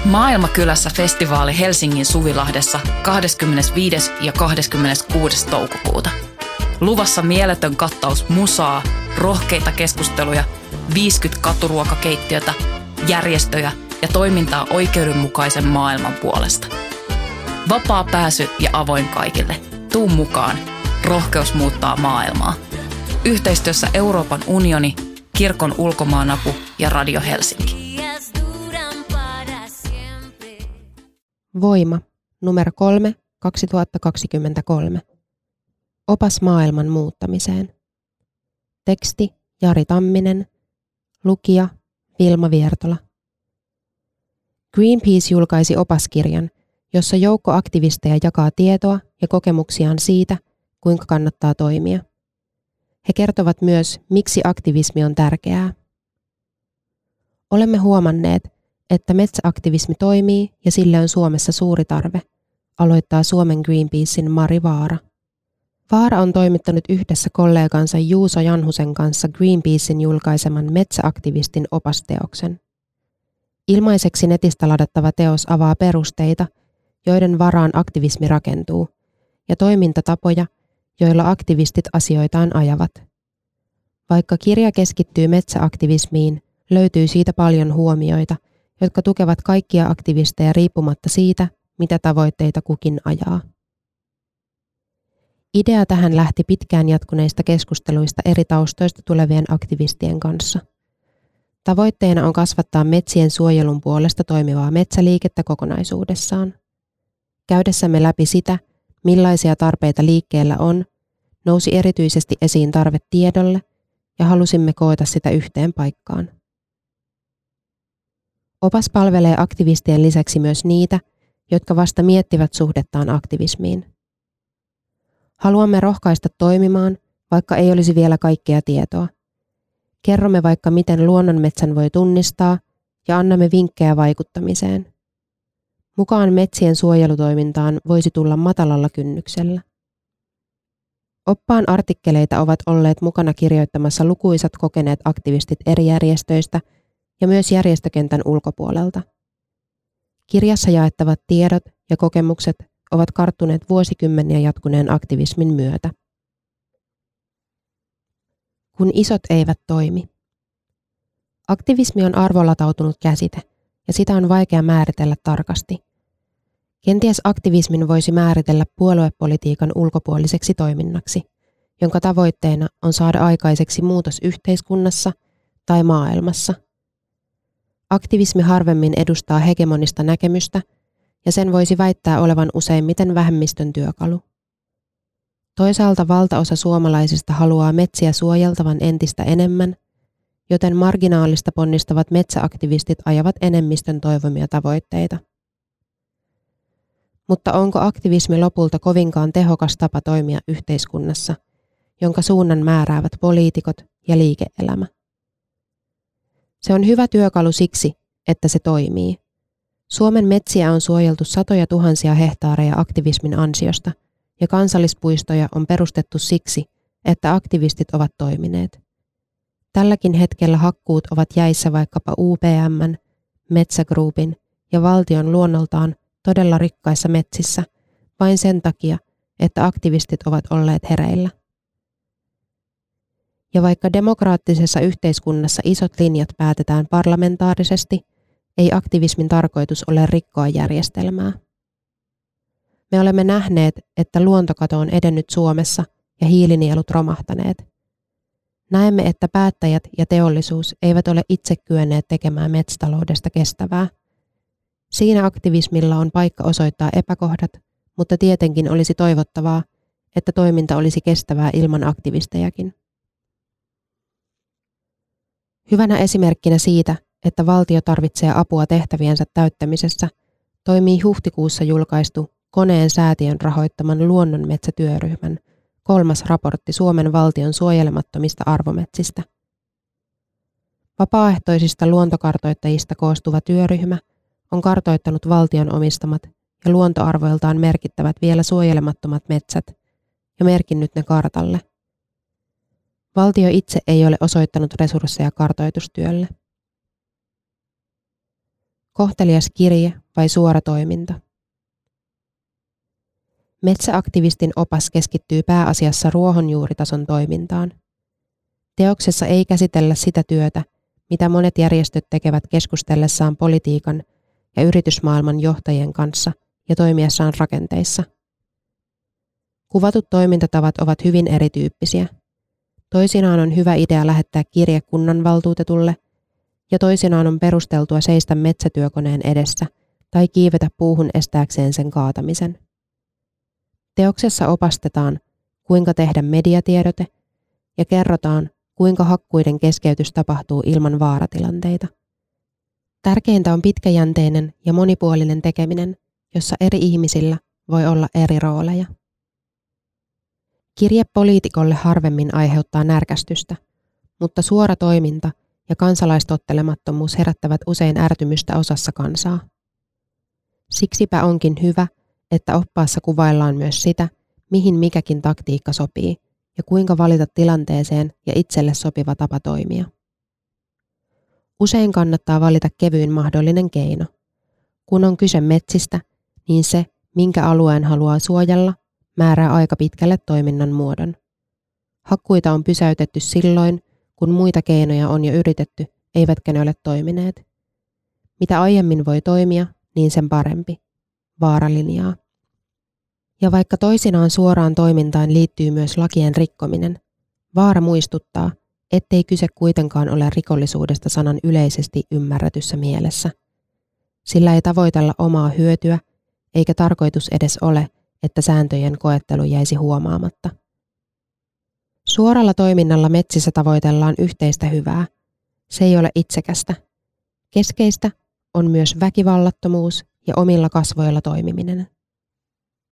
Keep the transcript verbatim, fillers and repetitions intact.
Maailmakylässä festivaali Helsingin Suvilahdessa kahdeskymmenesviides ja kahdeskymmeneskuudes toukokuuta. Luvassa mieletön kattaus musaa, rohkeita keskusteluja, viisikymmentä katuruokakeittiötä, järjestöjä ja toimintaa oikeudenmukaisen maailman puolesta. Vapaa pääsy ja avoin kaikille. Tuu mukaan. Rohkeus muuttaa maailmaa. Yhteistyössä Euroopan unioni, Kirkon ulkomaanapu ja Radio Helsinki. Voima, numero kolme, kaksituhattakaksikymmentäkolme. Opas maailman muuttamiseen. Teksti Jari Tamminen. Lukija Vilma Viertola. Greenpeace julkaisi opaskirjan, jossa joukko aktivisteja jakaa tietoa ja kokemuksiaan siitä, kuinka kannattaa toimia. He kertovat myös, miksi aktivismi on tärkeää. Olemme huomanneet, että metsäaktivismi toimii ja sille on Suomessa suuri tarve, aloittaa Suomen Greenpeacein Mari Vaara. Vaara on toimittanut yhdessä kollegansa Juuso Janhusen kanssa Greenpeacein julkaiseman metsäaktivistin opasteoksen. Ilmaiseksi netistä ladattava teos avaa perusteita, joiden varaan aktivismi rakentuu, ja toimintatapoja, joilla aktivistit asioitaan ajavat. Vaikka kirja keskittyy metsäaktivismiin, löytyy siitä paljon huomioita, jotka tukevat kaikkia aktivisteja riippumatta siitä, mitä tavoitteita kukin ajaa. Idea tähän lähti pitkään jatkuneista keskusteluista eri taustoista tulevien aktivistien kanssa. Tavoitteena on kasvattaa metsien suojelun puolesta toimivaa metsäliikettä kokonaisuudessaan. Käydessämme läpi sitä, millaisia tarpeita liikkeellä on, nousi erityisesti esiin tarve tiedolle ja halusimme koota sitä yhteen paikkaan. Opas palvelee aktivistien lisäksi myös niitä, jotka vasta miettivät suhdettaan aktivismiin. Haluamme rohkaista toimimaan, vaikka ei olisi vielä kaikkea tietoa. Kerromme vaikka, miten luonnonmetsän voi tunnistaa ja annamme vinkkejä vaikuttamiseen. Mukaan metsien suojelutoimintaan voisi tulla matalalla kynnyksellä. Oppaan artikkeleita ovat olleet mukana kirjoittamassa lukuisat kokeneet aktivistit eri järjestöistä ja myös järjestökentän ulkopuolelta. Kirjassa jaettavat tiedot ja kokemukset ovat karttuneet vuosikymmeniä jatkuneen aktivismin myötä. Kun isot eivät toimi. Aktivismi on arvolatautunut käsite, ja sitä on vaikea määritellä tarkasti. Kenties aktivismin voisi määritellä puoluepolitiikan ulkopuoliseksi toiminnaksi, jonka tavoitteena on saada aikaiseksi muutos yhteiskunnassa tai maailmassa. Aktivismi harvemmin edustaa hegemonista näkemystä, ja sen voisi väittää olevan useimmiten vähemmistön työkalu. Toisaalta valtaosa suomalaisista haluaa metsiä suojeltavan entistä enemmän, joten marginaalista ponnistavat metsäaktivistit ajavat enemmistön toivomia tavoitteita. Mutta onko aktivismi lopulta kovinkaan tehokas tapa toimia yhteiskunnassa, jonka suunnan määräävät poliitikot ja liike-elämä? Se on hyvä työkalu siksi, että se toimii. Suomen metsiä on suojeltu satoja tuhansia hehtaareja aktivismin ansiosta, ja kansallispuistoja on perustettu siksi, että aktivistit ovat toimineet. Tälläkin hetkellä hakkuut ovat jäissä vaikkapa U P M:n, Metsä Groupin ja valtion luonnoltaan todella rikkaissa metsissä vain sen takia, että aktivistit ovat olleet hereillä. Ja vaikka demokraattisessa yhteiskunnassa isot linjat päätetään parlamentaarisesti, ei aktivismin tarkoitus ole rikkoa järjestelmää. Me olemme nähneet, että luontokato on edennyt Suomessa ja hiilinielut romahtaneet. Näemme, että päättäjät ja teollisuus eivät ole itse kyenneet tekemään metsätaloudesta kestävää. Siinä aktivismilla on paikka osoittaa epäkohdat, mutta tietenkin olisi toivottavaa, että toiminta olisi kestävää ilman aktivistejakin. Hyvänä esimerkkinä siitä, että valtio tarvitsee apua tehtäviensä täyttämisessä, toimii huhtikuussa julkaistu Koneen säätiön rahoittaman luonnonmetsätyöryhmän kolmas raportti Suomen valtion suojelemattomista arvometsistä. Vapaaehtoisista luontokartoittajista koostuva työryhmä on kartoittanut valtion omistamat ja luontoarvoiltaan merkittävät vielä suojelemattomat metsät ja merkinnyt ne kartalle. Valtio itse ei ole osoittanut resursseja kartoitustyölle. Kohtelias kirje vai suora toiminta? Metsäaktivistin opas keskittyy pääasiassa ruohonjuuritason toimintaan. Teoksessa ei käsitellä sitä työtä, mitä monet järjestöt tekevät keskustellessaan politiikan ja yritysmaailman johtajien kanssa ja toimiessaan rakenteissa. Kuvatut toimintatavat ovat hyvin erityyppisiä. Toisinaan on hyvä idea lähettää kirje kunnanvaltuutetulle ja toisinaan on perusteltua seistä metsätyökoneen edessä tai kiivetä puuhun estääkseen sen kaatamisen. Teoksessa opastetaan, kuinka tehdä mediatiedote ja kerrotaan, kuinka hakkuiden keskeytys tapahtuu ilman vaaratilanteita. Tärkeintä on pitkäjänteinen ja monipuolinen tekeminen, jossa eri ihmisillä voi olla eri rooleja. Kirje poliitikolle harvemmin aiheuttaa närkästystä, mutta suora toiminta ja kansalaistottelemattomuus herättävät usein ärtymystä osassa kansaa. Siksipä onkin hyvä, että oppaassa kuvaillaan myös sitä, mihin mikäkin taktiikka sopii ja kuinka valita tilanteeseen ja itselle sopiva tapa toimia. Usein kannattaa valita kevyin mahdollinen keino. Kun on kyse metsistä, niin se, minkä alueen haluaa suojella, määrää aika pitkälle toiminnan muodon. Hakkuita on pysäytetty silloin, kun muita keinoja on jo yritetty, eivätkä ne ole toimineet. Mitä aiemmin voi toimia, niin sen parempi. Vaaralinjaa. Ja vaikka toisinaan suoraan toimintaan liittyy myös lakien rikkominen, vaara muistuttaa, ettei kyse kuitenkaan ole rikollisuudesta sanan yleisesti ymmärretyssä mielessä. Sillä ei tavoitella omaa hyötyä, eikä tarkoitus edes ole, että sääntöjen koettelu jäisi huomaamatta. Suoralla toiminnalla metsissä tavoitellaan yhteistä hyvää. Se ei ole itsekästä. Keskeistä on myös väkivallattomuus ja omilla kasvoilla toimiminen.